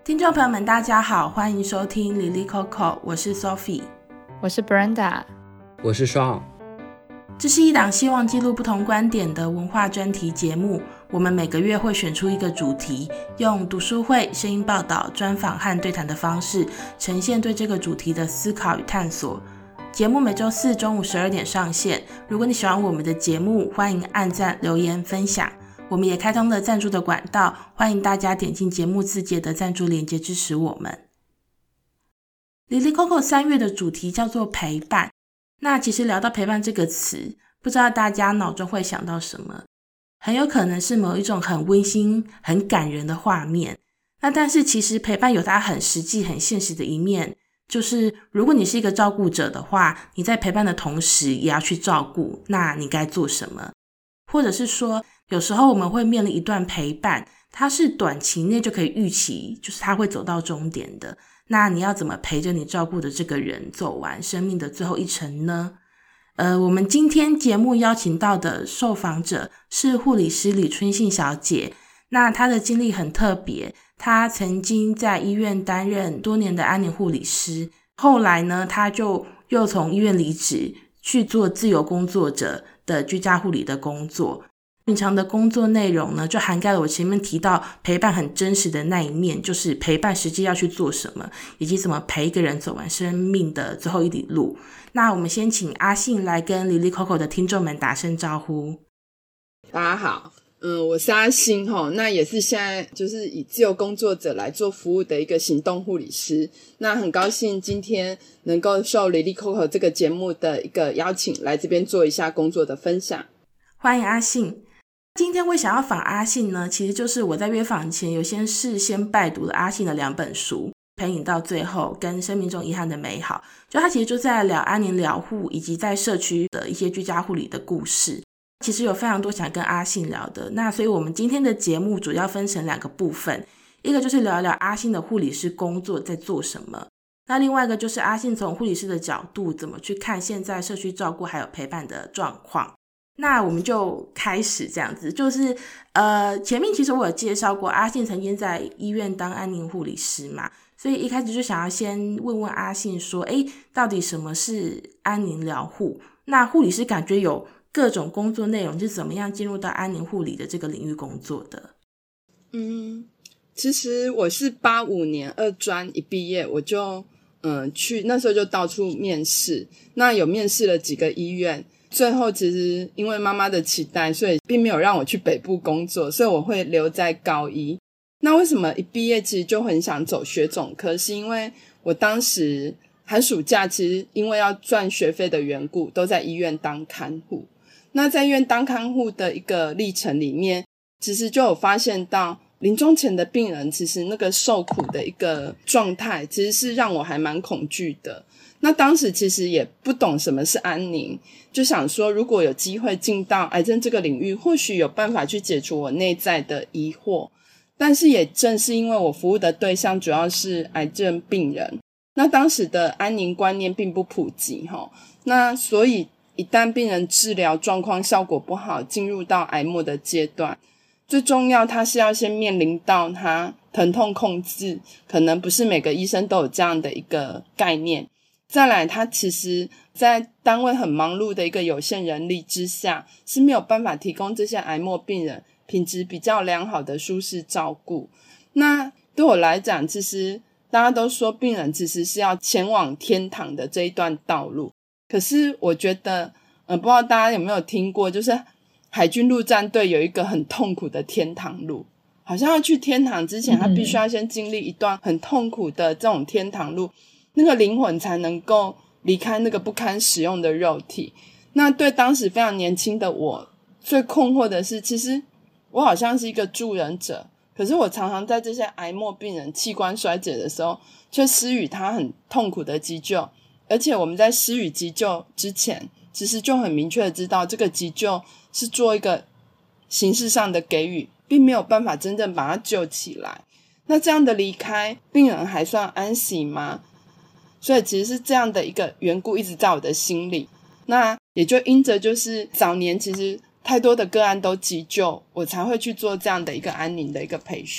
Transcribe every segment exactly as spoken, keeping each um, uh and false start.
听众朋友们大家好，欢迎收听 Lily Coco， 我是 Sophie， 我是 Brenda， 我是 Sean。 这是一档希望记录不同观点的文化专题节目，我们每个月会选出一个主题，用读书会、声音报道、专访和对谈的方式呈现对这个主题的思考与探索。节目每周四中午十二点上线，如果你喜欢我们的节目，欢迎按赞、留言、分享。我们也开通了赞助的管道，欢迎大家点进节目字节的赞助连结支持我们。Lily Coco 三月的主题叫做陪伴。那其实聊到陪伴这个词，不知道大家脑中会想到什么？很有可能是某一种很温馨、很感人的画面。那但是其实陪伴有它很实际、很现实的一面，就是如果你是一个照顾者的话，你在陪伴的同时也要去照顾，那你该做什么？或者是说有时候我们会面临一段陪伴，它是短期内就可以预期，就是它会走到终点的，那你要怎么陪着你照顾的这个人走完生命的最后一程呢？呃，我们今天节目邀请到的受访者是护理师李春信小姐，那她的经历很特别，她曾经在医院担任多年的安宁护理师，后来呢，她就又从医院离职去做自由工作者的居家护理的工作。平常的工作内容呢，就涵盖了我前面提到陪伴很真实的那一面，就是陪伴实际要去做什么，以及怎么陪一个人走完生命的最后一里路。那我们先请阿信来跟 Lily Coco 的听众们打声招呼。 大家好，嗯，我是阿信齁，那也是现在就是以自由工作者来做服务的一个行动护理师。那很高兴今天能够受 Lily Coco 这个节目的一个邀请，来这边做一下工作的分享。 欢迎阿信。今天我想要访阿信呢，其实就是我在约访前有先事先拜读了阿信的两本书，陪你到最后跟生命中遗憾的美好，就他其实就在聊安宁疗护以及在社区的一些居家护理的故事。其实有非常多想跟阿信聊的，那所以我们今天的节目主要分成两个部分，一个就是聊一聊阿信的护理师工作在做什么，那另外一个就是阿信从护理师的角度怎么去看现在社区照顾还有陪伴的状况。那我们就开始这样子，就是呃，前面其实我有介绍过阿信曾经在医院当安宁护理师嘛，所以一开始就想要先问问阿信说，诶，到底什么是安宁疗护？那护理师感觉有各种工作内容，是怎么样进入到安宁护理的这个领域工作的？ 嗯，其实我是八五年二专一毕业，我就嗯去那时候就到处面试，那有面试了几个医院。最后其实因为妈妈的期待，所以并没有让我去北部工作，所以我会留在高医。那为什么一毕业其实就很想走血肿科，是因为我当时寒暑假其实因为要赚学费的缘故，都在医院当看护。那在医院当看护的一个历程里面，其实就有发现到临终前的病人其实那个受苦的一个状态，其实是让我还蛮恐惧的。那当时其实也不懂什么是安宁，就想说如果有机会进到癌症这个领域，或许有办法去解除我内在的疑惑。但是也正是因为我服务的对象主要是癌症病人，那当时的安宁观念并不普及齁，那所以一旦病人治疗状况效果不好，进入到癌末的阶段，最重要他是要先面临到他疼痛控制，可能不是每个医生都有这样的一个概念。再来他其实在单位很忙碌的一个有限人力之下，是没有办法提供这些癌末病人品质比较良好的舒适照顾。那对我来讲，其实大家都说病人其实是要前往天堂的这一段道路，可是我觉得呃，不知道大家有没有听过，就是海军陆战队有一个很痛苦的天堂路，好像要去天堂之前他必须要先经历一段很痛苦的这种天堂路，那个灵魂才能够离开那个不堪使用的肉体。那对当时非常年轻的我最困惑的是，其实我好像是一个助人者，可是我常常在这些癌末病人器官衰竭的时候却施予他很痛苦的急救，而且我们在施予急救之前其实就很明确的知道这个急救是做一个形式上的给予，并没有办法真正把他救起来。那这样的离开，病人还算安息吗？所以其实是这样的一个缘故一直在我的心里。那也就因着就是早年其实太多的个案都急救，我才会去做这样的一个安宁的一个培训。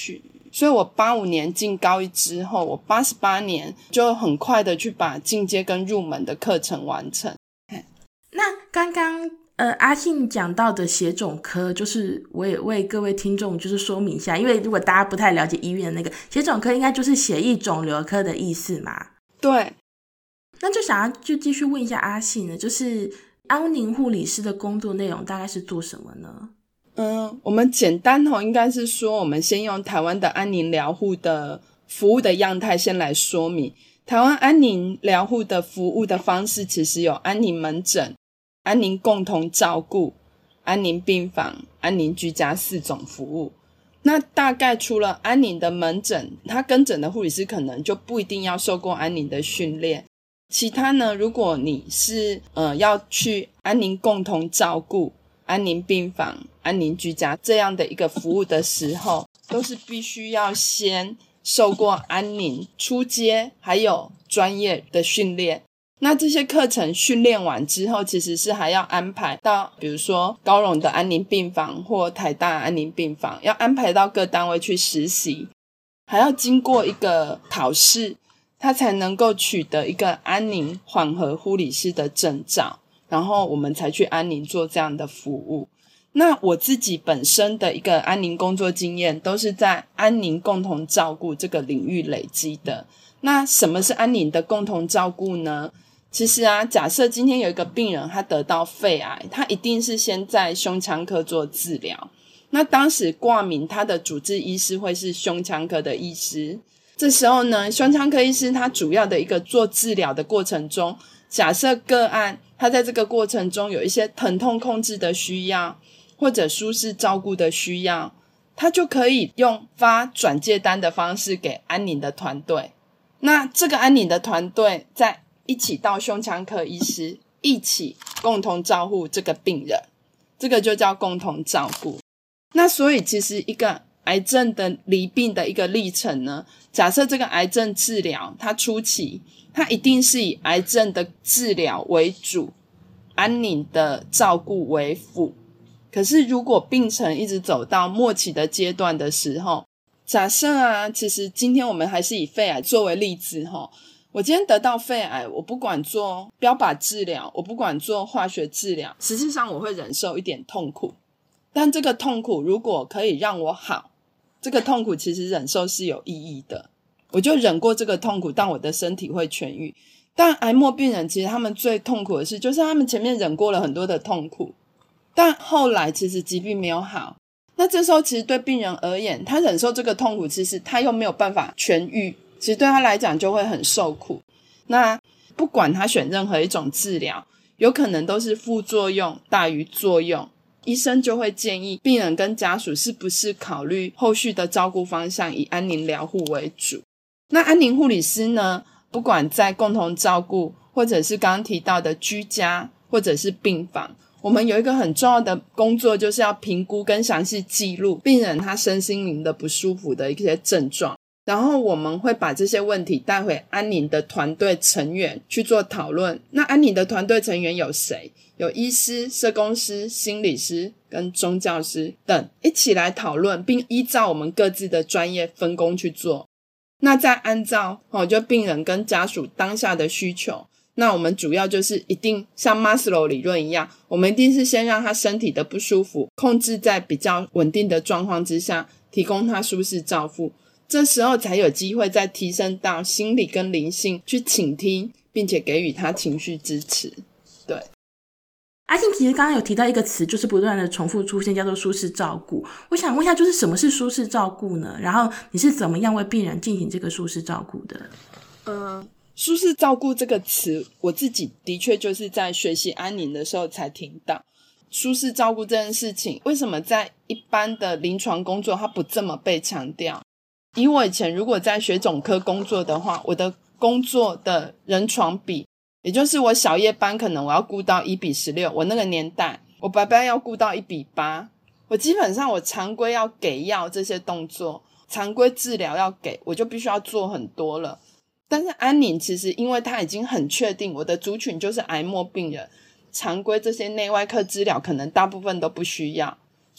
所以我八五年进高一之后，我八十八年就很快的去把进阶跟入门的课程完成。 那刚刚呃阿信讲到的血肿科，就是我也为各位听众就是说明一下，因为如果大家不太了解医院的那个血肿科，应该就是血液肿瘤科的意思嘛。 对， 那就想要就继续问一下阿信呢，就是安宁护理师的工作内容大概是做什么呢？ 嗯，我们简单哦，应该是说我们先用台湾的安宁疗护的服务的样态先来说明。台湾安宁疗护的服务的方式其实有安宁门诊、安宁共同照顾、安宁病房、安宁居家四种服务。那大概除了安宁的门诊，他跟诊的护理师可能就不一定要受过安宁的训练。其他呢，如果你是呃要去安宁共同照顾、安宁病房、安宁居家这样的一个服务的时候，都是必须要先受过安宁初阶还有专业的训练。那这些课程训练完之后，其实是还要安排到比如说高荣的安宁病房或台大安宁病房，要安排到各单位去实习，还要经过一个考试，他才能够取得一个安宁缓和护理师的证照，然后我们才去安宁做这样的服务。那我自己本身的一个安宁工作经验都是在安宁共同照顾这个领域累积的。那什么是安宁的共同照顾呢？其实啊，假设今天有一个病人他得到肺癌，他一定是先在胸腔科做治疗，那当时挂名他的主治医师会是胸腔科的医师。这时候呢，胸腔科医师他主要的一个做治疗的过程中，假设个案他在这个过程中有一些疼痛控制的需要，或者舒适照顾的需要，他就可以用发转介单的方式给安宁的团队。那这个安宁的团队再一起到胸腔科医师一起共同照顾这个病人，这个就叫共同照顾。那所以其实一个癌症的罹病的一个历程呢，假设这个癌症治疗它初期，它一定是以癌症的治疗为主，安宁的照顾为辅。可是如果病程一直走到末期的阶段的时候，假设啊，其实今天我们还是以肺癌作为例子齁，我今天得到肺癌，我不管做标靶治疗，我不管做化学治疗，实际上我会忍受一点痛苦，但这个痛苦如果可以让我好，这个痛苦其实忍受是有意义的，我就忍过这个痛苦，但我的身体会痊愈。但癌末病人其实他们最痛苦的是，就是他们前面忍过了很多的痛苦，但后来其实疾病没有好，那这时候其实对病人而言，他忍受这个痛苦，其实他又没有办法痊愈，其实对他来讲就会很受苦。那不管他选任何一种治疗，有可能都是副作用大于作用，医生就会建议病人跟家属是不是考虑后续的照顾方向以安宁疗护为主。那安宁护理师呢，不管在共同照顾或者是刚刚提到的居家或者是病房，我们有一个很重要的工作，就是要评估跟详细记录病人他身心灵的不舒服的一些症状，然后我们会把这些问题带回安宁的团队成员去做讨论。那安宁的团队成员有谁？有医师、社工师、心理师跟宗教师等，一起来讨论，并依照我们各自的专业分工去做。那再按照哦，就病人跟家属当下的需求，那我们主要就是一定像 Maslow 理论一样，我们一定是先让他身体的不舒服控制在比较稳定的状况之下，提供他舒适照护，这时候才有机会再提升到心理跟灵性去倾听，并且给予他情绪支持。对， 阿信其实刚刚有提到一个词，就是不断的重复出现，叫做舒适照顾。我想问一下，就是什么是舒适照顾呢？然后你是怎么样为病人进行这个舒适照顾的？ 嗯，舒适照顾这个词，我自己的确就是在学习安宁的时候才听到。舒适照顾这件事情，为什么在一般的临床工作它不这么被强调？以我以前如果在血肿科工作的话，我的工作的人床比，也就是我小夜班可能我要顾到一比十六，我那个年代我白班要顾到一比八，我基本上我常规要给药这些动作，常规治疗要给，我就必须要做很多了。但是安宁其实因为它已经很确定我的族群就是癌末病人，常规这些内外科治疗可能大部分都不需要，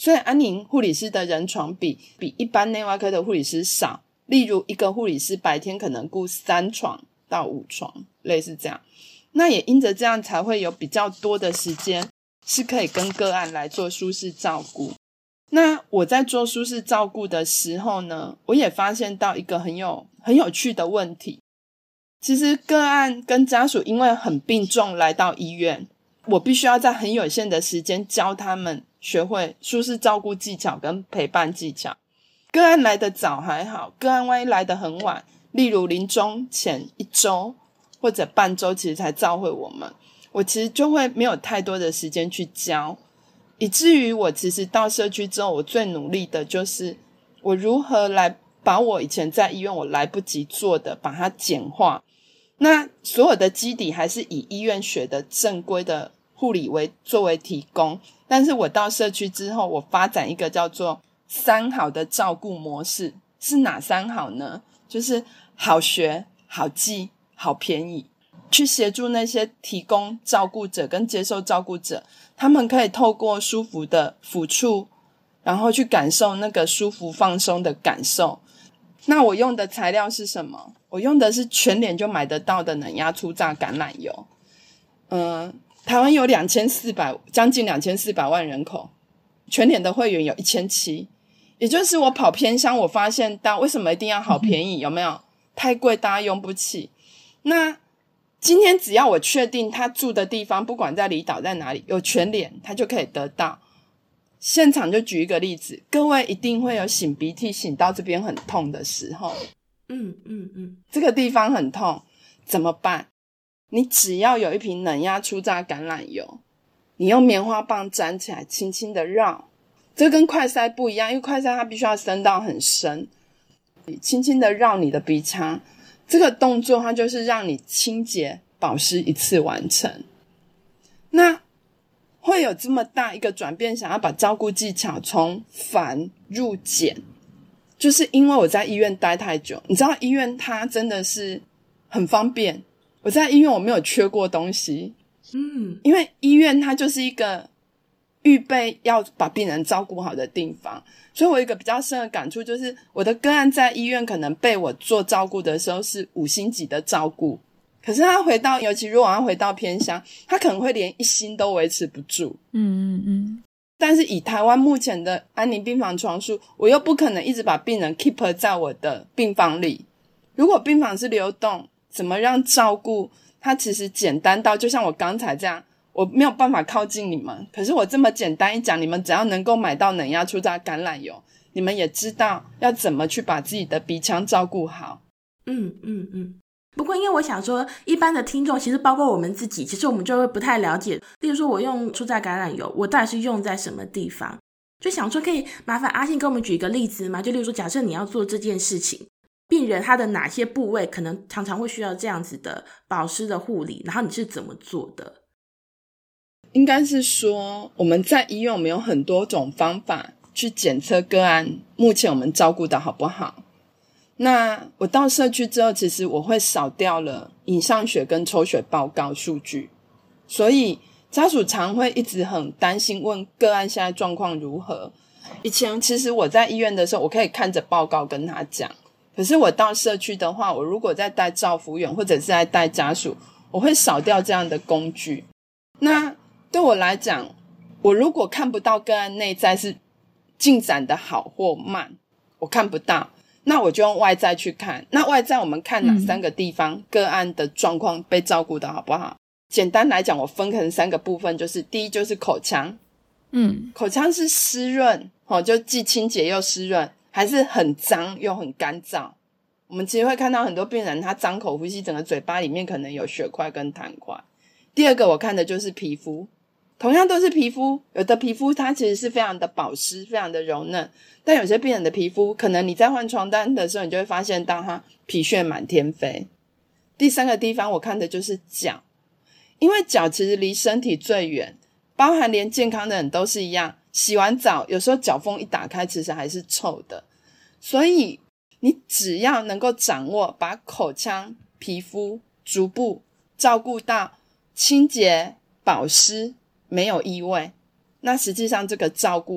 所以安宁护理师的人床比比一般内外科的护理师少，例如一个护理师白天可能顾三床到五床，类似这样。那也因着这样才会有比较多的时间是可以跟个案来做舒适照顾。那我在做舒适照顾的时候呢，我也发现到一个很有很有趣的问题。其实个案跟家属因为很病重来到医院，我必须要在很有限的时间教他们学会舒适照顾技巧跟陪伴技巧。个案来得早还好，个案万一来得很晚，例如临终前一周或者半周其实才照会我们，我其实就会没有太多的时间去教，以至于我其实到社区之后，我最努力的就是我如何来把我以前在医院我来不及做的把它简化。那所有的基底还是以医院学的正规的护理为作为提供，但是我到社区之后，我发展一个叫做三好的照顾模式。是哪三好呢？就是好学、好记、好便宜，去协助那些提供照顾者跟接受照顾者，他们可以透过舒服的抚触，然后去感受那个舒服放松的感受。那我用的材料是什么？我用的是全脸就买得到的冷压初榨橄榄油。嗯，台湾有两千四百将近两千四百万人口，全脸的会员有一千七百，也就是我跑偏乡，我发现到为什么一定要好便宜，有没有？太贵大家用不起。那今天只要我确定他住的地方不管在离岛在哪里有全脸，他就可以得到。现场就举一个例子，各位一定会有擤鼻涕擤到这边很痛的时候， 嗯嗯嗯， 这个地方很痛怎么办？你只要有一瓶冷压初榨橄榄油，你用棉花棒沾起来轻轻的绕，这跟快塞不一样，因为快塞它必须要伸到很深，轻轻的绕你的鼻腔，这个动作它就是让你清洁保湿一次完成。那会有这么大一个转变，想要把照顾技巧从繁入简，就是因为我在医院待太久。你知道医院它真的是很方便，我在医院我没有缺过东西， 嗯， 因为医院它就是一个预备要把病人照顾好的地方。所以我有一个比较深的感触，就是我的个案在医院可能被我做照顾的时候是五星级的照顾，可是他回到，尤其如果他回到偏乡，他可能会连一星都维持不住。 嗯嗯嗯。 但是以台湾目前的安宁病房床数，我又不可能一直把病人 keep 在我的病房里。如果病房是流动，怎么让照顾它其实简单到就像我刚才这样，我没有办法靠近你们，可是我这么简单一讲，你们只要能够买到冷压初榨橄榄油，你们也知道要怎么去把自己的鼻腔照顾好。 嗯嗯嗯。不过因为我想说一般的听众其实包括我们自己，其实我们就会不太了解，例如说我用初榨橄榄油我到底是用在什么地方，就想说可以麻烦阿信给我们举一个例子吗？就例如说假设你要做这件事情，病人他的哪些部位可能常常会需要这样子的保湿的护理，然后你是怎么做的？ 应该是说我们在医院我们有很多种方法去检测个案目前我们照顾的好不好。那我到社区之后，其实我会少掉了影像学跟抽血报告数据，所以家属常会一直很担心问个案现在状况如何。以前其实我在医院的时候，我可以看着报告跟他讲，可是我到社区的话，我如果在带照服员或者是在带家属，我会少掉这样的工具。那对我来讲，我如果看不到个案内在是进展的好或慢，我看不到，那我就用外在去看。那外在我们看哪三个地方、嗯、个案的状况被照顾的好不好？简单来讲，我分成三个部分，就是第一就是口腔， 嗯， 口腔是湿润、哦、就既清洁又湿润，还是很脏又很干燥。我们其实会看到很多病人他张口呼吸，整个嘴巴里面可能有血块跟痰块。第二个我看的就是皮肤，同样都是皮肤，有的皮肤它其实是非常的保湿，非常的柔嫩，但有些病人的皮肤可能你在换床单的时候，你就会发现到它皮屑满天飞。第三个地方我看的就是脚，因为脚其实离身体最远，包含连健康的人都是一样，洗完澡有时候脚缝一打开其实还是臭的。所以你只要能够掌握把口腔、皮肤、足部照顾到清洁、保湿、没有异味，那实际上这个照顾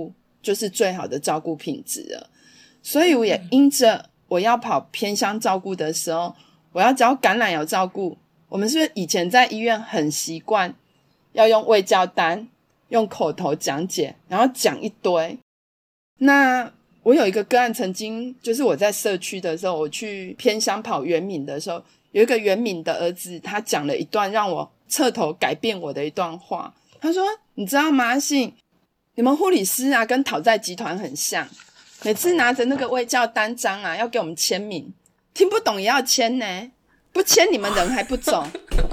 就是最好的照顾品质了。所以我也因着我要跑偏乡照顾的时候，我要教橄榄油照顾，我们是不是以前在医院很习惯要用卫教单，用口头讲解，然后讲一堆。那我有一个个案，曾经就是我在社区的时候，我去偏乡跑原民的时候，有一个原民的儿子，他讲了一段让我彻头改变我的一段话。他说，你知道吗，阿信，你们护理师啊跟讨债集团很像，每次拿着那个卫教单张啊要给我们签名，听不懂也要签呢，不签你们人还不走。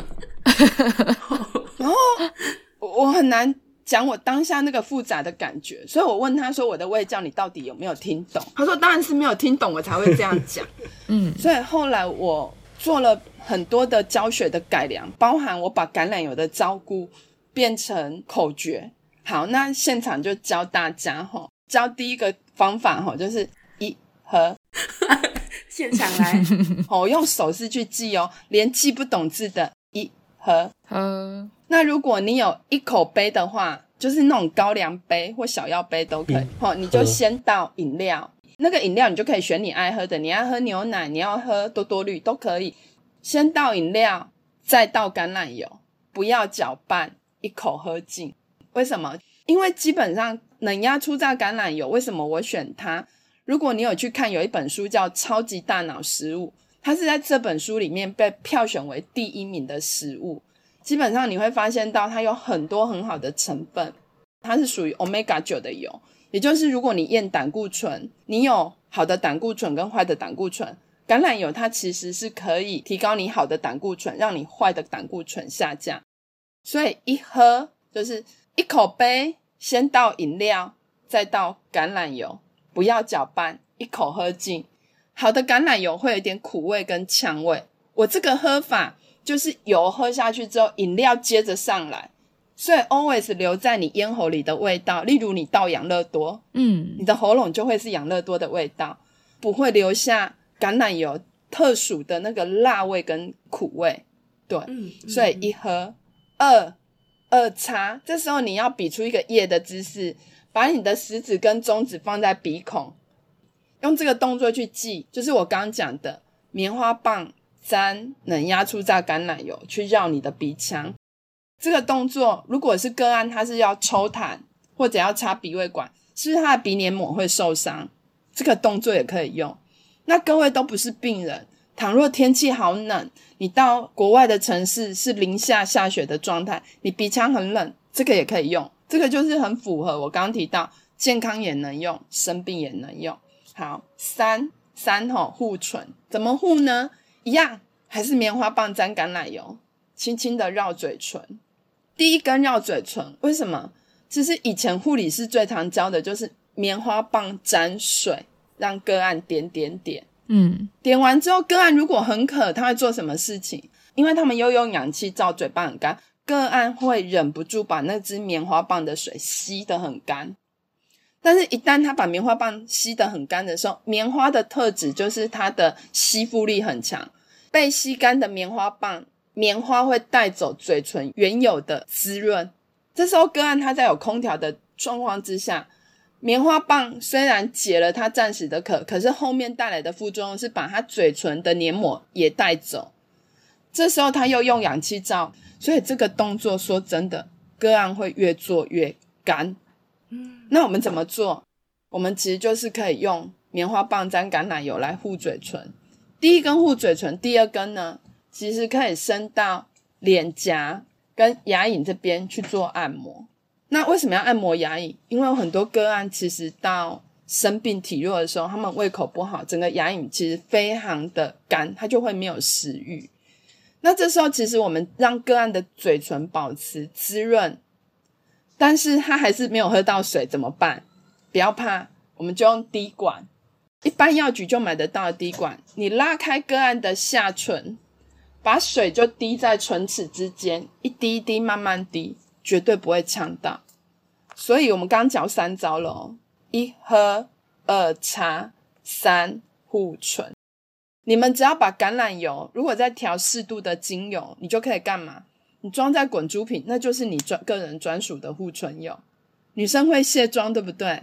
然后我很难讲我当下那个复杂的感觉，所以我问他说，我的卫教你到底有没有听懂？他说当然是没有听懂，我才会这样讲。嗯，所以后来我做了很多的教学的改良，包含我把橄榄油的照顾变成口诀。好，那现场就教大家齁，教第一个方法齁，就是一喝。 现场来齁，用手势去记哦，连记不懂字的一喝。 喝。 那如果你有一口杯的话，就是那种高粱杯或小药杯都可以、嗯、你就先倒饮料，那个饮料你就可以选你爱喝的，你爱喝牛奶，你要喝多多绿都可以，先倒饮料再倒橄榄油，不要搅拌，一口喝尽。为什么？因为基本上冷压初榨橄榄油，为什么我选它？如果你有去看有一本书叫《超级大脑食物》，它是在这本书里面被票选为第一名的食物。基本上你会发现到它有很多很好的成分，它是属于 欧米伽九 的油，也就是如果你验胆固醇，你有好的胆固醇跟坏的胆固醇，橄榄油它其实是可以提高你好的胆固醇，让你坏的胆固醇下降。所以一喝就是一口杯，先倒饮料再倒橄榄油，不要搅拌，一口喝尽。好的橄榄油会有一点苦味跟呛味，我这个喝法就是油喝下去之后饮料接着上来，所以 always 留在你咽喉里的味道，例如你倒养乐多，嗯，你的喉咙就会是养乐多的味道，不会留下橄榄油特殊的那个辣味跟苦味。对，嗯嗯、所以一喝二二擦，这时候你要比出一个耶的姿势，把你的食指跟中指放在鼻孔，用这个动作去记，就是我刚刚讲的棉花棒沾冷压初榨橄榄油去绕你的鼻腔。这个动作如果是个案他是要抽痰或者要插鼻胃管，是不是他的鼻黏膜会受伤？这个动作也可以用。那各位都不是病人，倘若天气好冷，你到国外的城市是零下下雪的状态，你鼻腔很冷，这个也可以用。这个就是很符合我刚刚提到健康也能用，生病也能用。好，三三吼护唇，怎么护呢？一样还是棉花棒沾橄榄油，轻轻的绕嘴唇。第一根绕嘴唇，为什么？其实以前护理师最常教的就是棉花棒沾水，让个案点点点。嗯，点完之后个案如果很渴，他会做什么事情？因为他们又用氧气罩，嘴巴很干，个案会忍不住把那支棉花棒的水吸得很干。但是一旦他把棉花棒吸得很干的时候，棉花的特质就是它的吸附力很强，被吸干的棉花棒，棉花会带走嘴唇原有的滋润。这时候个案他在有空调的状况之下，棉花棒虽然解了他暂时的渴，可是后面带来的副作用是把他嘴唇的黏膜也带走。这时候他又用氧气罩，所以这个动作说真的，个案会越做越干。那我们怎么做？我们其实就是可以用棉花棒沾橄榄油来护嘴唇。第一根护嘴唇，第二根呢，其实可以伸到脸颊跟牙龈这边去做按摩。那为什么要按摩牙龈？因为有很多个案其实到生病体弱的时候，他们胃口不好，整个牙龈其实非常的干，他就会没有食欲。那这时候其实我们让个案的嘴唇保持滋润，但是他还是没有喝到水，怎么办？不要怕，我们就用滴管，一般药局就买得到的滴管，你拉开个案的下唇，把水就滴在唇齿之间，一滴一滴慢慢滴，绝对不会呛到。所以我们刚刚讲三招了哦，一喝，二擦，三护唇。你们只要把橄榄油，如果再调适度的精油，你就可以干嘛？你装在滚珠瓶，那就是你专个人专属的护唇油。女生会卸妆，对不对？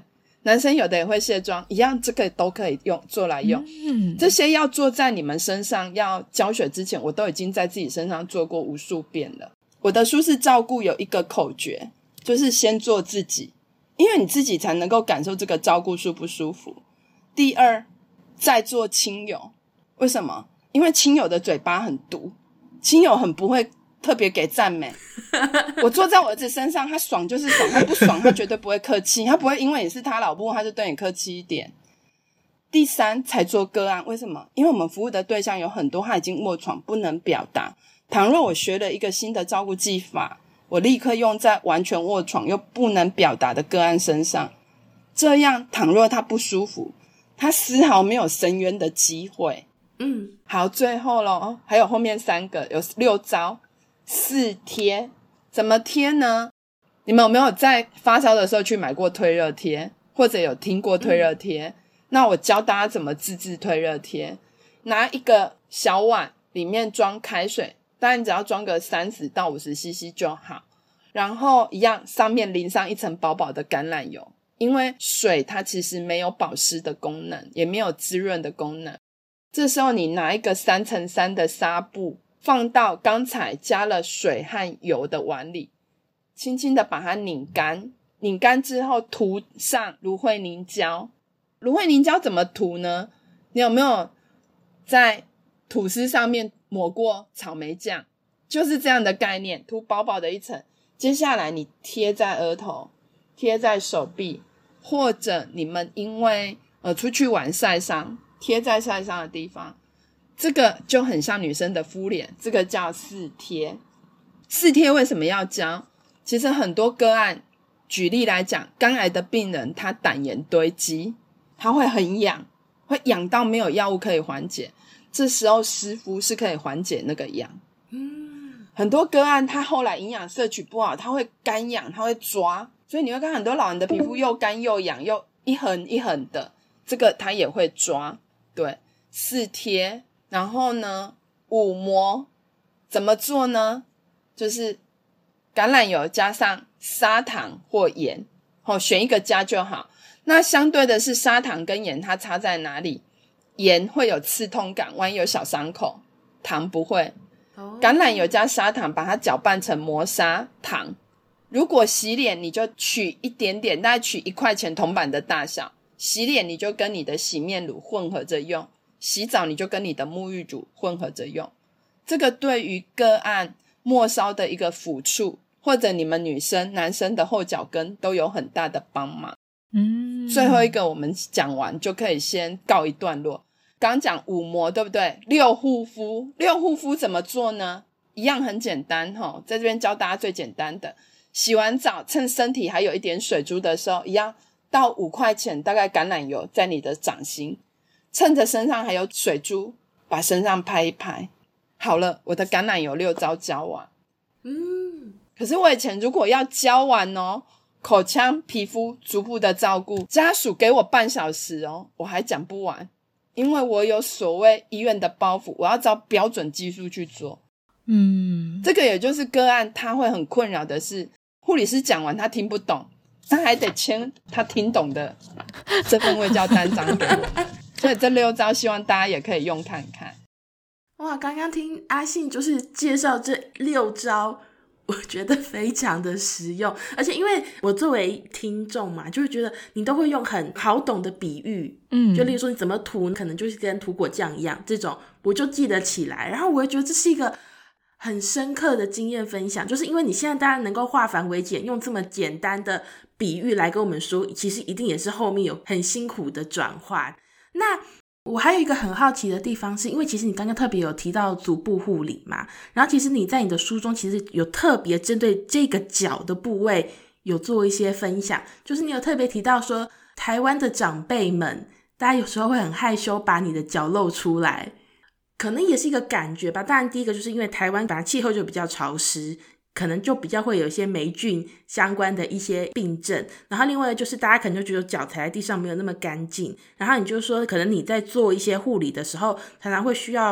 男生有的也会卸妆，一样这个都可以用做来用、嗯、这些要做在你们身上要教学之前，我都已经在自己身上做过无数遍了。我的舒适照顾有一个口诀，就是先做自己，因为你自己才能够感受这个照顾舒不舒服。第二，再做亲友。为什么？因为亲友的嘴巴很毒，亲友很不会特别给赞美。我坐在我儿子身上，他爽就是爽，他不爽他绝对不会客气，他不会因为你是他老婆他就对你客气一点。第三，才做个案。为什么？因为我们服务的对象有很多他已经卧床不能表达，倘若我学了一个新的照顾技法，我立刻用在完全卧床又不能表达的个案身上，这样倘若他不舒服，他丝毫没有伸冤的机会。嗯，好，最后咯，还有后面三个，有六招。四贴，怎么贴呢？你们有没有在发烧的时候去买过退热贴，或者有听过退热贴、嗯、那我教大家怎么自制退热贴。拿一个小碗，里面装开水，当然你只要装个三十到五十 C C 就好，然后一样上面淋上一层薄薄的橄榄油，因为水它其实没有保湿的功能，也没有滋润的功能。这时候你拿一个三乘三的纱布，放到刚才加了水和油的碗里，轻轻的把它拧干，拧干之后涂上芦荟凝胶。芦荟凝胶怎么涂呢？你有没有在吐司上面抹过草莓酱？就是这样的概念，涂薄薄的一层。接下来你贴在额头，贴在手臂，或者你们因为呃出去玩晒伤，贴在晒伤的地方。这个就很像女生的敷脸，这个叫四贴。四贴为什么要教？其实很多个案，举例来讲，肝癌的病人他胆盐堆积，他会很痒，会痒到没有药物可以缓解，这时候湿敷是可以缓解那个痒。嗯，很多个案他后来营养摄取不好，他会干痒，他会抓，所以你会看很多老人的皮肤又干又痒又一横一横的，这个他也会抓。对，四贴。然后呢，五膜怎么做呢？就是橄榄油加上砂糖或盐、哦、选一个加就好。那相对的是砂糖跟盐它差在哪里？盐会有刺痛感，万一有小伤口，糖不会。橄榄油加砂糖把它搅拌成磨砂糖。如果洗脸你就取一点点，大概取一块钱铜板的大小，洗脸你就跟你的洗面乳混合着用，洗澡你就跟你的沐浴乳混合着用。这个对于个案末梢的一个抚触，或者你们女生男生的后脚跟都有很大的帮忙。嗯，最后一个我们讲完就可以先告一段落。刚讲五膜对不对？六护肤，六护肤怎么做呢？一样很简单齁，在这边教大家最简单的。洗完澡趁身体还有一点水珠的时候，一样倒五块钱大概橄榄油在你的掌心，趁着身上还有水珠把身上拍一拍。好了，我的橄榄油六招教完。嗯，可是我以前如果要教完哦，口腔皮肤逐步的照顾，家属给我半小时哦，我还讲不完，因为我有所谓医院的包袱，我要照标准技术去做。嗯，这个也就是个案他会很困扰的是，护理师讲完他听不懂，他还得签他听懂的这份卫教单张给我。所以这六招希望大家也可以用看看。 哇，刚刚听阿信就是介绍这六招，我觉得非常的实用，而且因为我作为听众嘛，就会觉得你都会用很好懂的比喻，嗯，就例如说你怎么涂，可能就是跟涂果酱一样，这种我就记得起来，然后我也觉得这是一个很深刻的经验分享，就是因为你现在当然能够化繁为简，用这么简单的比喻来跟我们说，其实一定也是后面有很辛苦的转换。那我还有一个很好奇的地方是，因为其实你刚刚特别有提到足部护理嘛，然后其实你在你的书中其实有特别针对这个脚的部位有做一些分享，就是你有特别提到说台湾的长辈们大家有时候会很害羞把你的脚露出来，可能也是一个感觉吧。当然第一个就是因为台湾本来气候就比较潮湿，可能就比较会有一些霉菌相关的一些病症，然后另外就是大家可能就觉得脚踩在地上没有那么干净，然后你就说可能你在做一些护理的时候常常会需要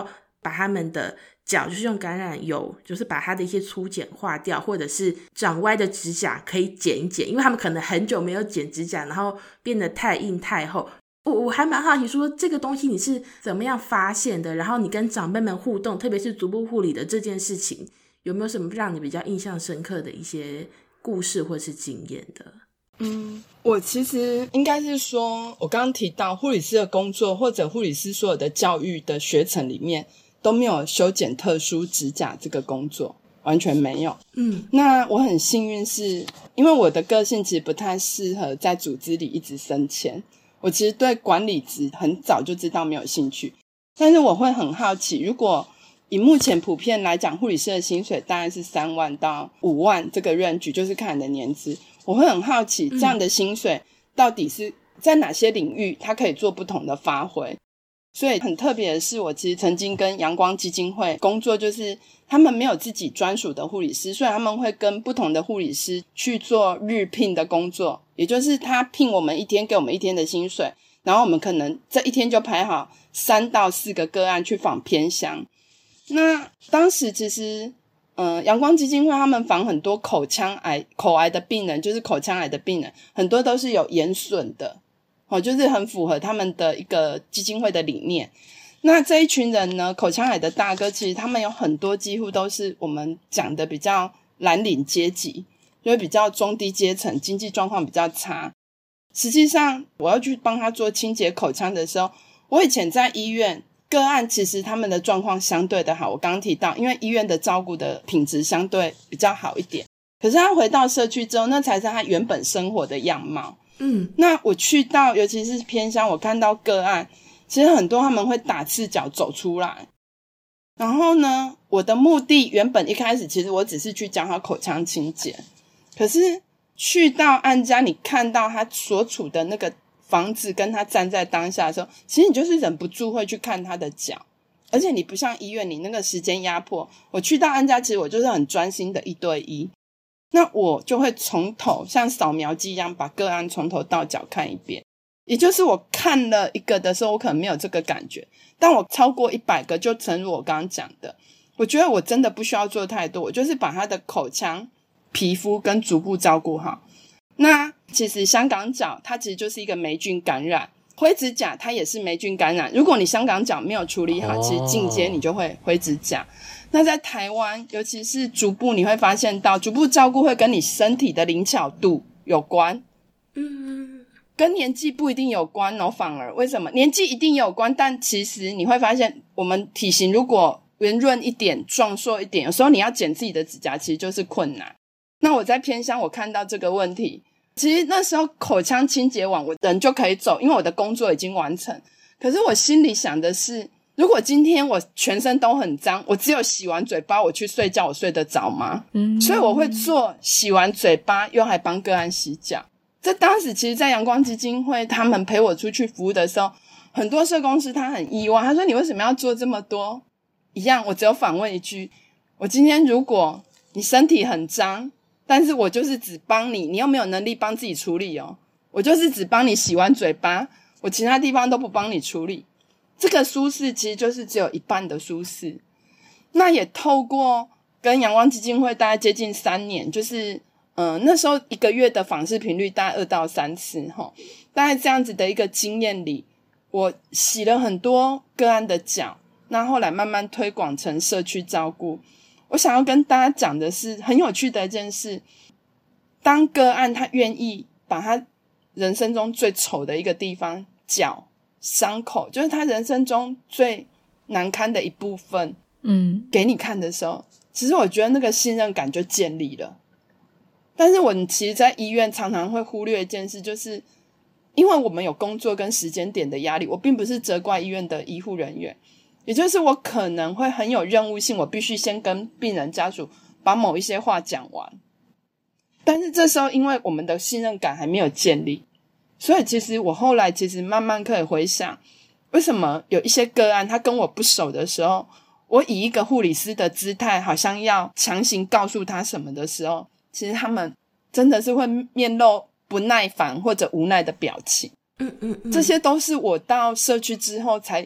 把他们的脚就是用橄榄油就是把它的一些粗茧化掉，或者是长歪的指甲可以剪一剪，因为他们可能很久没有剪指甲，然后变得太硬太厚。我我还蛮好奇说这个东西你是怎么样发现的，然后你跟长辈们互动，特别是足部护理的这件事情，有没有什么让你比较印象深刻的一些故事或是经验的？ 嗯，我其实应该是说我刚刚提到护理师的工作或者护理师所有的教育的学程里面都没有修剪特殊指甲这个工作，完全没有。嗯，那我很幸运是因为我的个性其实不太适合在组织里一直升迁，我其实对管理职很早就知道没有兴趣，但是我会很好奇，如果以目前普遍来讲护理师的薪水大概是三万到五万这个 range， 就是看你的年资，我会很好奇这样的薪水到底是在哪些领域它可以做不同的发挥。所以很特别的是，我其实曾经跟阳光基金会工作，就是他们没有自己专属的护理师，所以他们会跟不同的护理师去做日聘的工作，也就是他聘我们一天，给我们一天的薪水，然后我们可能这一天就排好三到四个个案去访偏乡。那当时其实呃，阳光基金会他们访很多口腔癌口癌的病人，就是口腔癌的病人，很多都是有眼损的，哦，就是很符合他们的一个基金会的理念。那这一群人呢，口腔癌的大哥，其实他们有很多几乎都是我们讲的比较蓝领阶级，就是比较中低阶层，经济状况比较差。实际上我要去帮他做清洁口腔的时候，我以前在医院个案其实他们的状况相对的好，我刚刚提到因为医院的照顾的品质相对比较好一点，可是他回到社区之后，那才是他原本生活的样貌。嗯，那我去到尤其是偏乡，我看到个案其实很多他们会打赤脚走出来，然后呢我的目的原本一开始其实我只是去教他口腔清洁，可是去到案家你看到他所处的那个房子跟他站在当下的时候，其实你就是忍不住会去看他的脚，而且你不像医院你那个时间压迫，我去到案家其实我就是很专心的一对一，那我就会从头像扫描机一样把个案从头到脚看一遍，也就是我看了一个的时候我可能没有这个感觉，但我超过一百个就诚如我刚刚讲的，我觉得我真的不需要做太多，我就是把他的口腔皮肤跟足部照顾好。那其实香港脚它其实就是一个霉菌感染，灰指甲它也是霉菌感染，如果你香港脚没有处理好，其实进阶你就会灰指甲。那在台湾尤其是足部，你会发现到足部照顾会跟你身体的灵巧度有关，嗯，跟年纪不一定有关哦，反而为什么年纪一定有关，但其实你会发现我们体型如果圆润一点壮硕一点，有时候你要剪自己的指甲其实就是困难。那我在偏乡我看到这个问题，其实那时候口腔清洁完我人就可以走，因为我的工作已经完成，可是我心里想的是，如果今天我全身都很脏，我只有洗完嘴巴我去睡觉，我睡得着吗？嗯，所以我会做洗完嘴巴又还帮个案洗脚。这当时其实在阳光基金会他们陪我出去服务的时候，很多社工师他很意外，他说你为什么要做这么多？一样我只有反问一句，我今天如果你身体很脏，但是我就是只帮你，你又没有能力帮自己处理哦，我就是只帮你洗完嘴巴，我其他地方都不帮你处理，这个舒适其实就是只有一半的舒适。那也透过跟阳光基金会大概接近三年，就是呃那时候一个月的访视频率大概二到三次齁，大概这样子的一个经验里，我洗了很多个案的脚，那后来慢慢推广成社区照顾。我想要跟大家讲的是很有趣的一件事，当个案他愿意把他人生中最丑的一个地方脚伤口，就是他人生中最难堪的一部分嗯，给你看的时候，其实我觉得那个信任感就建立了。但是我其实在医院常常会忽略一件事，就是因为我们有工作跟时间点的压力，我并不是责怪医院的医护人员，也就是我可能会很有任务性，我必须先跟病人家属把某一些话讲完，但是这时候因为我们的信任感还没有建立，所以其实我后来其实慢慢可以回想，为什么有一些个案他跟我不熟的时候，我以一个护理师的姿态好像要强行告诉他什么的时候，其实他们真的是会面露不耐烦或者无奈的表情。嗯嗯嗯，这些都是我到社区之后才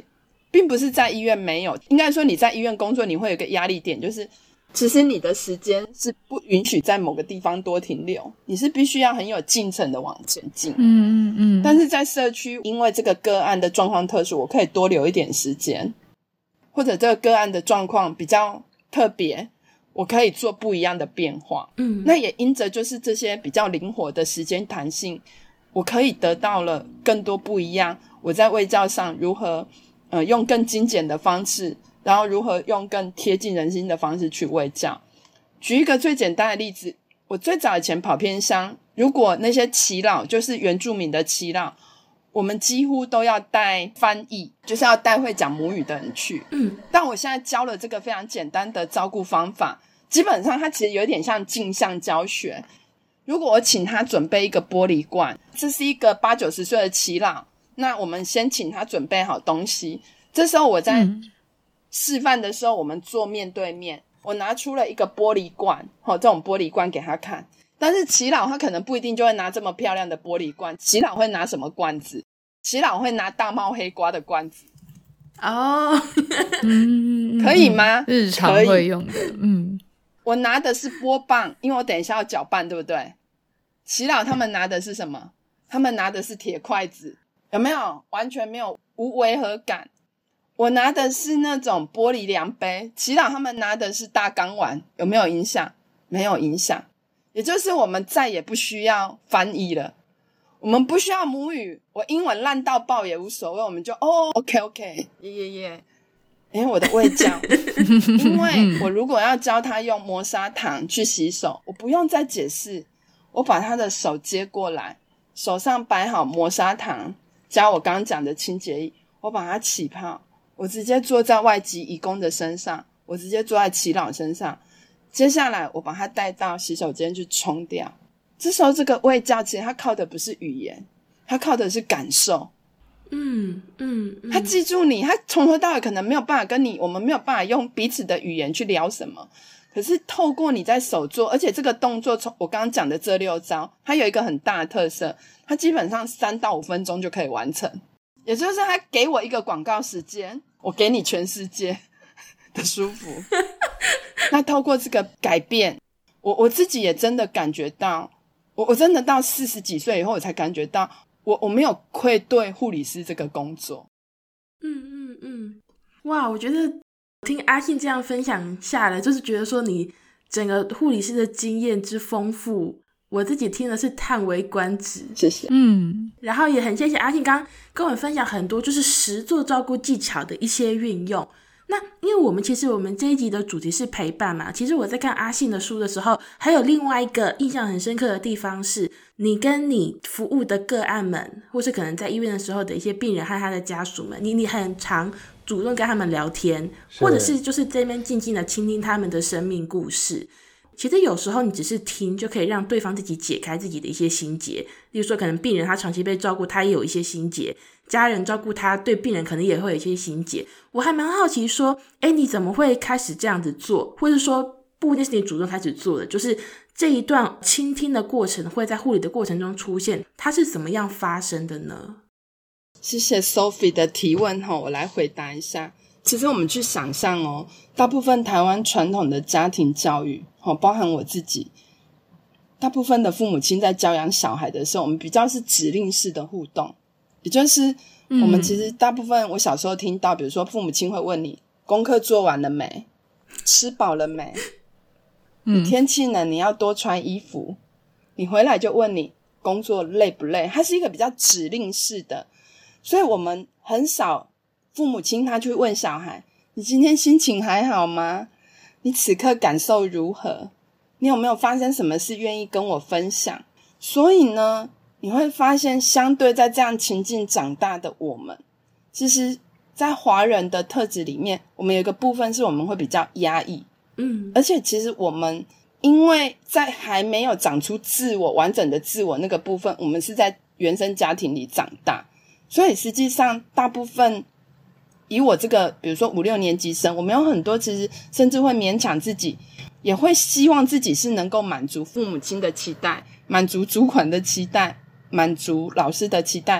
并不是在医院没有，应该说你在医院工作你会有一个压力点，就是其实你的时间是不允许在某个地方多停留，你是必须要很有进程的往前进。 嗯嗯嗯。 但是在社区，因为这个个案的状况特殊，我可以多留一点时间，或者这个个案的状况比较特别，我可以做不一样的变化。嗯，那也因着就是这些比较灵活的时间弹性，我可以得到了更多不一样。我在卫教上如何呃用更精简的方式，然后如何用更贴近人心的方式去卫教。举一个最简单的例子，我最早以前跑偏乡，如果那些耆老就是原住民的耆老，我们几乎都要带翻译，就是要带会讲母语的人去。嗯，但我现在教了这个非常简单的照顾方法，基本上它其实有点像镜像教学。如果我请他准备一个玻璃罐，这是一个八九十岁的耆老，那我们先请他准备好东西，这时候我在示范的时候，我们坐面对面，我拿出了一个玻璃罐，这种玻璃罐给他看。但是耆老他可能不一定就会拿这么漂亮的玻璃罐，耆老会拿什么罐子？耆老会拿大帽黑瓜的罐子。 哦， 嗯， 可以吗？ 日常会用的。嗯， 我拿的是波棒，因为我等一下要搅拌，对不对？耆老他们拿的是什么？他们拿的是铁筷子，有没有？完全没有，无违和感。我拿的是那种玻璃量杯，耆老他们拿的是大钢碗，有没有影响？没有影响。也就是我们再也不需要翻译了，我们不需要母语，我英文烂到爆也无所谓，我们就哦 OK OK 耶耶耶。因为我的卫教因为我如果要教他用磨砂糖去洗手，我不用再解释，我把他的手接过来，手上摆好磨砂糖加我刚刚讲的清洁液，我把它起泡，我直接坐在外籍移工的身上，我直接坐在耆老身上，接下来我把他带到洗手间去冲掉。这时候这个卫教其实他靠的不是语言，他靠的是感受。 嗯嗯嗯， 他记住你，他从头到尾可能没有办法跟你，我们没有办法用彼此的语言去聊什么，可是透过你在手做，而且这个动作从我刚刚讲的这六招，它有一个很大的特色，它基本上三到五分钟就可以完成。也就是他给我一个广告时间，我给你全世界的舒服。那透过这个改变，我我自己也真的感觉到，我我真的到四十几岁以后，我才感觉到我我没有愧对护理师这个工作。 嗯嗯嗯，哇，我觉得听阿信这样分享下来，就是觉得说你整个护理师的经验之丰富，我自己听的是叹为观止。 谢谢。 嗯， 然后也很谢谢阿信刚刚跟我们分享很多就是实作照顾技巧的一些运用。那因为我们其实我们这一集的主题是陪伴嘛，其实我在看阿信的书的时候，还有另外一个印象很深刻的地方是，你跟你服务的个案们，或是可能在医院的时候的一些病人和他的家属们，你你很常主动跟他们聊天，或者是就是这边静静的倾听他们的生命故事。其实有时候你只是听就可以让对方自己解开自己的一些心结，例如说可能病人他长期被照顾，他也有一些心结，家人照顾他，对病人可能也会有一些心结。我还蛮好奇说，诶，你怎么会开始这样子做，或者说不一定是你主动开始做的，就是这一段倾听的过程会在护理的过程中出现，它是怎么样发生的呢？ 谢谢 Sophie 的提问，我来回答一下。其实我们去想象哦，大部分台湾传统的家庭教育，包含我自己，大部分的父母亲在教养小孩的时候，我们比较是指令式的互动，也就是我们其实大部分我小时候听到，比如说父母亲会问你功课做完了没，吃饱了没，你天气冷你要多穿衣服，你回来就问你工作累不累，它是一个比较指令式的，所以我们很少父母亲他去问小孩，你今天心情还好吗？你此刻感受如何？你有没有发生什么事愿意跟我分享？所以呢，你会发现相对在这样情境长大的我们，其实在华人的特质里面，我们有一个部分是我们会比较压抑，嗯，而且其实我们因为在还没有长出自我完整的自我那个部分，我们是在原生家庭里长大，所以实际上大部分以我这个比如说五六年级生，我们有很多其实甚至会勉强自己，也会希望自己是能够满足父母亲的期待，满足主管的期待，满足老师的期待，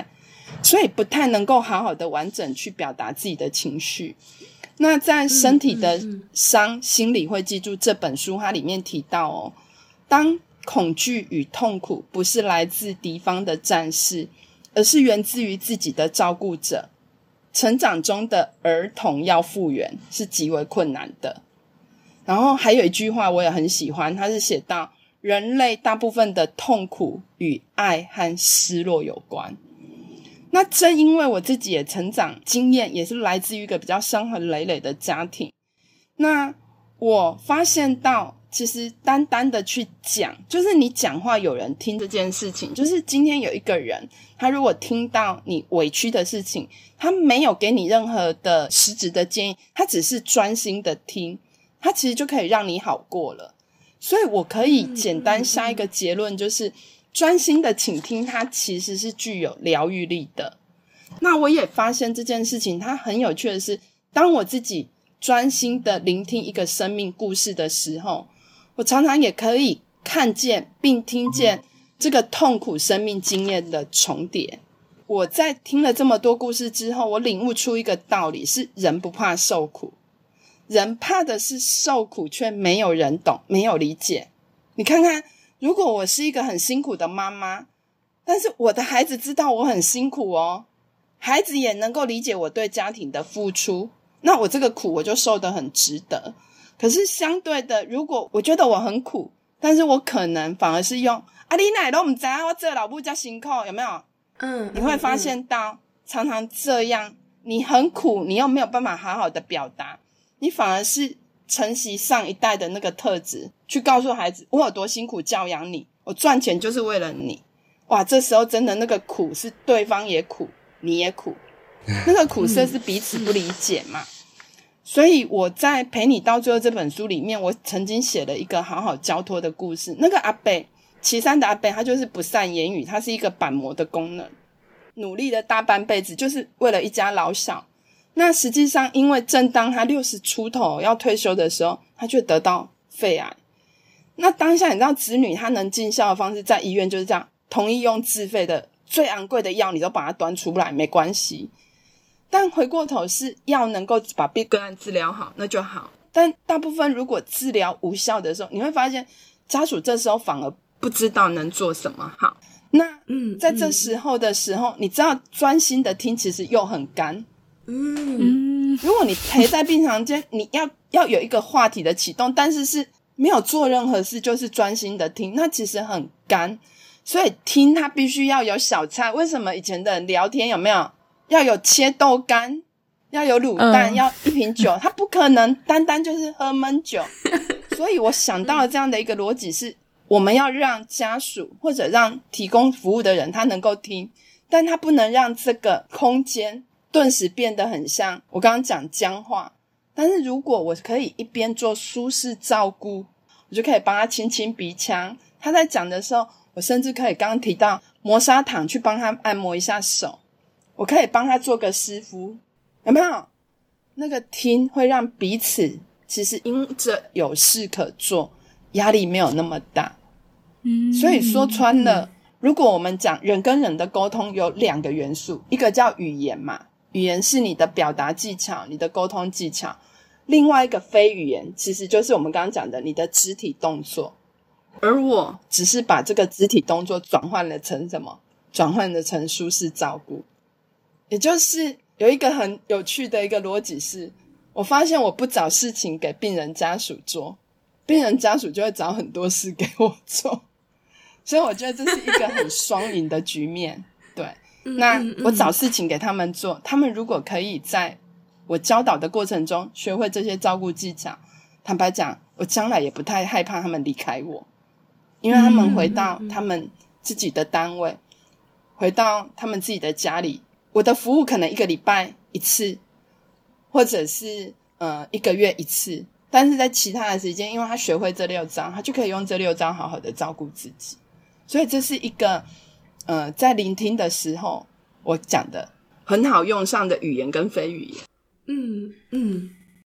所以不太能够好好的完整去表达自己的情绪。那在身体的伤、嗯嗯嗯、心理会记住这本书它里面提到哦，当恐惧与痛苦不是来自敌方的战士，而是源自于自己的照顾者，成长中的儿童要复原是极为困难的。然后还有一句话我也很喜欢，它是写到人类大部分的痛苦与爱和失落有关。那正因为我自己也成长经验也是来自于一个比较伤痕累累的家庭，那我发现到其实单单的去讲，就是你讲话有人听这件事情，就是今天有一个人他如果听到你委屈的事情，他没有给你任何的实质的建议，他只是专心的听，他其实就可以让你好过了。所以我可以简单下一个结论，就是专心的倾听它其实是具有疗愈力的。那我也发现这件事情它很有趣的是，当我自己专心的聆听一个生命故事的时候，我常常也可以看见并听见这个痛苦生命经验的重叠。我在听了这么多故事之后，我领悟出一个道理，是人不怕受苦，人怕的是受苦却没有人懂，没有理解。你看看，如果我是一个很辛苦的妈妈，但是我的孩子知道我很辛苦哦，孩子也能够理解我对家庭的付出，那我这个苦我就受得很值得。可是相对的，如果我觉得我很苦，但是我可能反而是用啊你哪都不知道我这老母这么辛苦，有没有？嗯，你会发现到、嗯、常常这样，你很苦你又没有办法好好的表达，你反而是承袭上一代的那个特质，去告诉孩子我有多辛苦教养你，我赚钱就是为了你。哇，这时候真的那个苦是对方也苦你也苦，那个苦涩是彼此不理解嘛。所以我在陪你到最后这本书里面，我曾经写了一个好好交托的故事。那个阿伯，岐山的阿伯，他就是不善言语，他是一个板模的功能，努力了大半辈子就是为了一家老小。那实际上因为正当他六十出头要退休的时候，他却得到肺癌。那当下你知道子女他能尽孝的方式，在医院就是这样，同意用自费的最昂贵的药你都把它端出来没关系，但回过头是要能够把病个案治疗好那就好。但大部分如果治疗无效的时候，你会发现家属这时候反而不知道能做什么好。那嗯，在这时候的时候、嗯、你知道专心的听其实又很干。嗯，如果你陪在病床间，你要要有一个话题的启动，但是是没有做任何事，就是专心的听，那其实很干。所以听它必须要有小菜。为什么以前的人聊天有没有要有切豆干，要有卤蛋、嗯、要一瓶酒，他不可能单单就是喝闷酒。所以我想到了这样的一个逻辑，是我们要让家属或者让提供服务的人他能够听，但他不能让这个空间顿时变得很像我刚刚讲僵化。但是如果我可以一边做舒适照顾，我就可以帮他清清鼻腔，他在讲的时候我甚至可以刚刚提到磨砂糖去帮他按摩一下手，我可以帮他做个湿敷，有没有？那个听会让彼此其实因着有事可做，压力没有那么大。嗯，所以说穿了、嗯、如果我们讲人跟人的沟通有两个元素，一个叫语言嘛，语言是你的表达技巧，你的沟通技巧。另外一个非语言其实就是我们刚刚讲的你的肢体动作，而我只是把这个肢体动作转换了成什么？转换了成舒适照顾。也就是有一个很有趣的一个逻辑是，我发现我不找事情给病人家属做，病人家属就会找很多事给我做，所以我觉得这是一个很双赢的局面。对，那我找事情给他们做，他们如果可以在我教导的过程中学会这些照顾技巧，坦白讲我将来也不太害怕他们离开我，因为他们回到他们自己的单位，回到他们自己的家里，我的服务可能一个礼拜一次，或者是呃一个月一次，但是在其他的时间，因为他学会这六招，他就可以用这六招好好的照顾自己。所以这是一个呃在聆听的时候我讲的很好用上的语言跟非语言。 嗯嗯，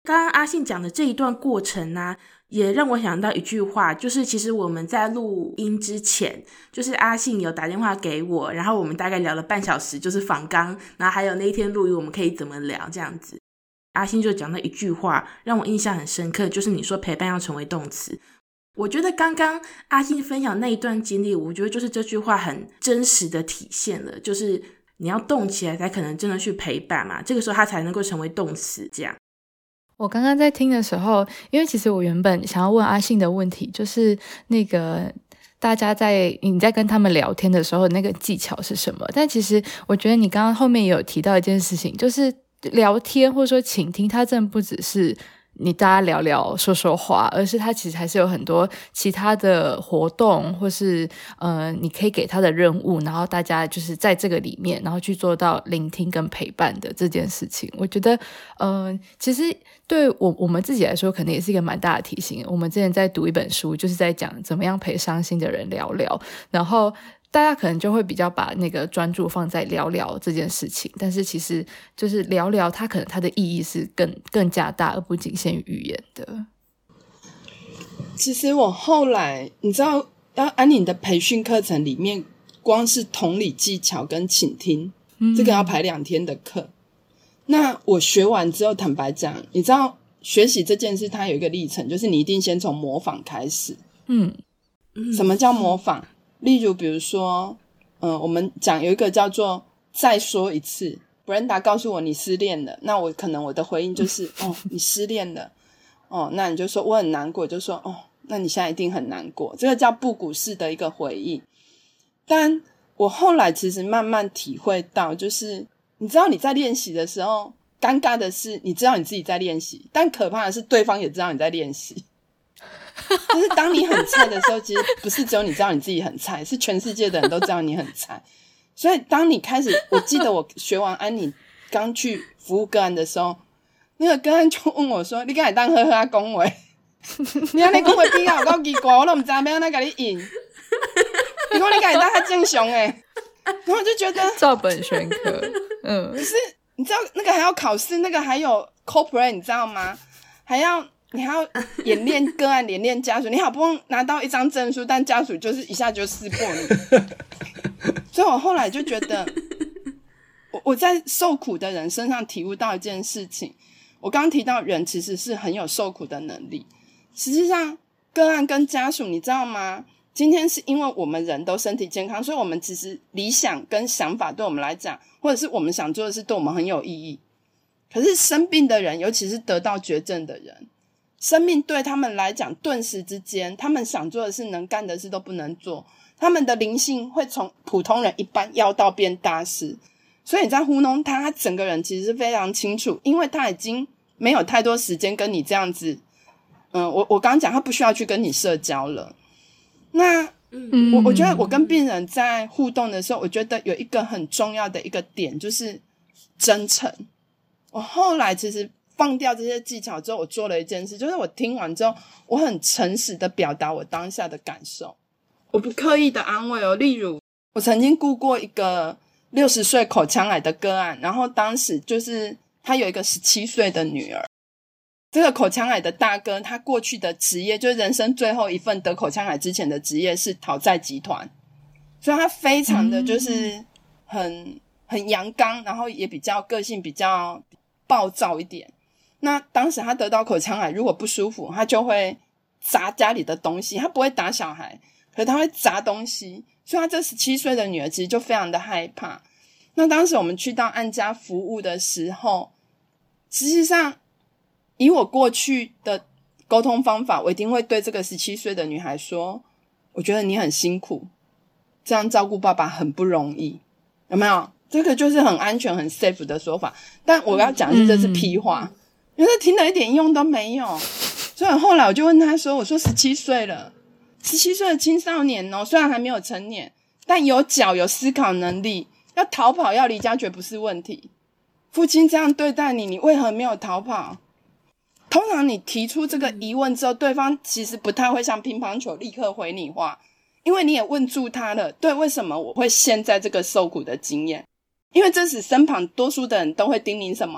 刚刚阿信讲的这一段过程啊，也让我想到一句话，就是其实我们在录音之前，就是阿信有打电话给我，然后我们大概聊了半小时，就是访纲，然后还有那一天录音我们可以怎么聊这样子。阿信就讲到一句话让我印象很深刻，就是你说陪伴要成为动词。我觉得刚刚阿信分享那一段经历，我觉得就是这句话很真实的体现了，就是你要动起来才可能真的去陪伴嘛，这个时候它才能够成为动词这样。 我刚刚在听的时候，因为其实我原本想要问阿信的问题，就是那个大家在你在跟他们聊天的时候那个技巧是什么，但其实我觉得你刚刚后面也有提到一件事情，就是聊天或者说倾听，它真的不只是你大家聊聊说说话，而是它其实还是有很多其他的活动，或是呃你可以给他的任务，然后大家就是在这个里面然后去做到聆听跟陪伴的这件事情。我觉得呃其实对我我们自己来说可能也是一个蛮大的提醒。我们之前在读一本书，就是在讲怎么样陪伤心的人聊聊，然后大家可能就会比较把那个专注放在聊聊这件事情，但是其实就是聊聊它可能它的意义是更更加大，而不仅限于语言的。 其实我后来你知道要安宁的培训课程里面，光是同理技巧跟倾听、嗯、这个要排两天的课。那我学完之后坦白讲，你知道学习这件事它有一个历程，就是你一定先从模仿开始。嗯，什么叫模仿？例如比如说嗯，我们讲有一个叫做再说一次， Brenda 告诉我你失恋了，那我可能我的回应就是哦，你失恋了哦，那你就说我很难过，就说哦，那你现在一定很难过，这个叫布谷式的一个回应。但我后来其实慢慢体会到，就是你知道你在练习的时候，尴尬的是你知道你自己在练习，但可怕的是对方也知道你在练习。就是当你很菜的时候，其实不是只有你知道你自己很菜，是全世界的人都知道你很菜。所以当你开始，我记得我学完安妮刚去服务个案的时候，那个个案就问我说，你敢会当好好啊讲话，你安尼讲话比较有够奇怪，我都不知道要怎么跟你应。你说你敢会当较正常诶，然后我就觉得照本宣科。嗯， 可是你知道那个还要考试，那个还有 corporate 你知道吗？还要你还要演练个案，演练家属，你好不容易拿到一张证书，但家属就是一下就识破你。所以我后来就觉得我我在受苦的人身上体悟到一件事情，我刚刚提到人其实是很有受苦的能力，实际上个案跟家属你知道吗，今天是因为我们人都身体健康，所以我们其实理想跟想法对我们来讲，或者是我们想做的事对我们很有意义。可是生病的人，尤其是得到绝症的人，生命对他们来讲顿时之间，他们想做的事能干的事都不能做，他们的灵性会从普通人一般要到变大师。所以你在糊弄他，他整个人其实是非常清楚，因为他已经没有太多时间跟你这样子嗯，我我刚刚讲他不需要去跟你社交了。那嗯，我我觉得我跟病人在互动的时候，我觉得有一个很重要的一个点就是真诚。我后来其实放掉这些技巧之后，我做了一件事，就是我听完之后我很诚实的表达我当下的感受，我不刻意的安慰哦。例如我曾经顾过一个六十岁口腔癌的个案，然后当时就是他有一个十七岁的女儿，这个口腔癌的大哥他过去的职业就是人生最后一份得口腔癌之前的职业是讨债集团，所以他非常的就是很很阳刚，然后也比较个性比较暴躁一点。那当时他得到口腔癌，如果不舒服他就会砸家里的东西，他不会打小孩，可是他会砸东西，所以他这十七岁的女儿其实就非常的害怕。那当时我们去到安家服务的时候，实际上以我过去的沟通方法，我一定会对这个十七岁的女孩说，我觉得你很辛苦，这样照顾爸爸很不容易，有没有？这个就是很安全很 safe 的说法，但我要讲的是这是屁话，因为听了一点用都没有。所以后来我就问他说，我说十七岁了，十七岁的青少年哦，虽然还没有成年，但有脚有思考能力，要逃跑要离家绝不是问题。父亲这样对待你，你为何没有逃跑？通常你提出这个疑问之后，对方其实不太会像乒乓球立刻回你话，因为你也问住他了，对，为什么我会陷在这个受苦的经验？因为这时身旁多数的人都会叮咛什么，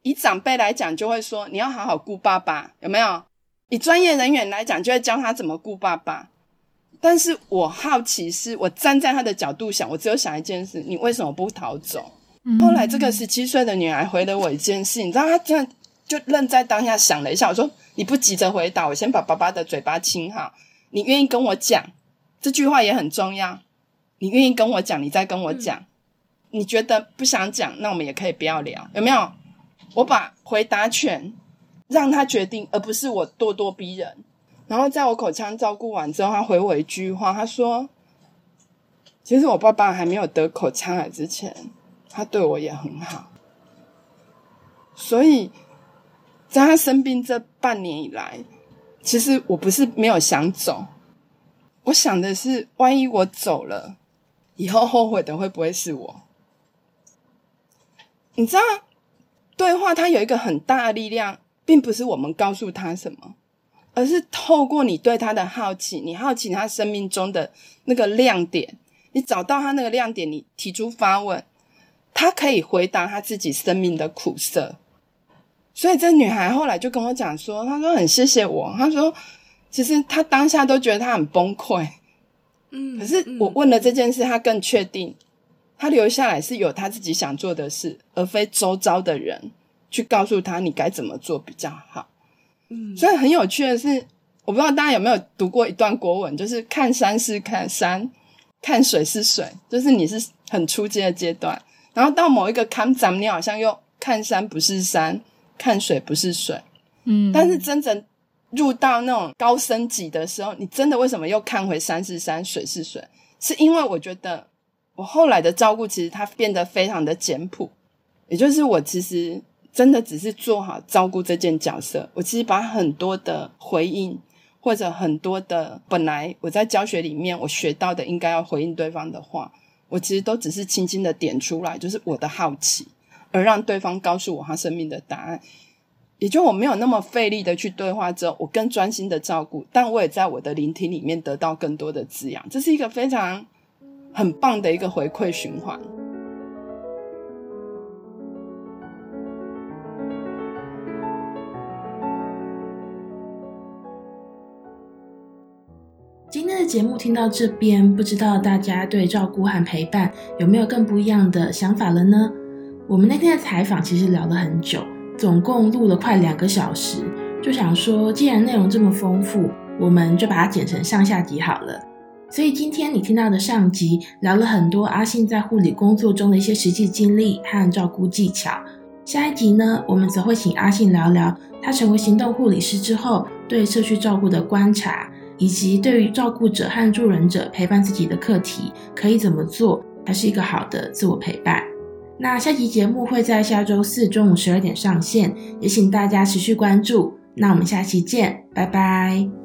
以长辈来讲就会说你要好好顾爸爸，有没有？以专业人员来讲就会教他怎么顾爸爸。但是我好奇是我站在他的角度想，我只有想一件事，你为什么不逃走？嗯、后来这个十七岁的女孩回了我一件事，你知道她这样就愣在当下想了一下，我说你不急着回答，我先把爸爸的嘴巴亲好，你愿意跟我讲，这句话也很重要，你愿意跟我讲你再跟我讲、嗯、你觉得不想讲那我们也可以不要聊，有没有？我把回答权让他决定，而不是我咄咄逼人。然后在我口腔照顾完之后，他回我一句话，他说其实我爸爸还没有得口腔癌之前他对我也很好，所以在他生病这半年以来，其实我不是没有想走，我想的是万一我走了以后后悔的会不会是我。你知道对话它有一个很大的力量，并不是我们告诉他什么，而是透过你对他的好奇，你好奇他生命中的那个亮点，你找到他那个亮点，你提出发问，他可以回答他自己生命的苦涩。所以这女孩后来就跟我讲说，她说很谢谢我，她说其实她当下都觉得她很崩溃，嗯，可是我问了这件事，她更确定她留下来是有她自己想做的事，而非周遭的人去告诉她你该怎么做比较好。嗯，所以很有趣的是，我不知道大家有没有读过一段国文，就是看山是看山，看水是水，就是你是很初阶的阶段，然后到某一个看站你好像又看山不是山，看水不是水，嗯，但是真正入到那种高升级的时候，你真的为什么又看回山是山水是水，是因为我觉得我后来的照顾其实它变得非常的简朴，也就是我其实真的只是做好照顾这件角色，我其实把很多的回应或者很多的本来我在教学里面我学到的应该要回应对方的话，我其实都只是轻轻的点出来，就是我的好奇，而让对方告诉我他生命的答案。也就我没有那么费力的去对话之后，我更专心的照顾，但我也在我的聆听里面得到更多的滋养，这是一个非常很棒的一个回馈循环。 今天的节目听到这边，不知道大家对照顾和陪伴有没有更不一样的想法了呢？我们那天的采访其实聊了很久，总共录了快两个小时，就想说既然内容这么丰富，我们就把它剪成上下集好了。所以今天你听到的上集聊了很多阿信在护理工作中的一些实际经历和照顾技巧，下一集呢，我们则会请阿信聊聊他成为行动护理师之后对社区照顾的观察，以及对于照顾者和助人者陪伴自己的课题可以怎么做才是一个好的自我陪伴。那下集节目会在下周四中午十二点上线，也请大家持续关注。那我们下期见，拜拜。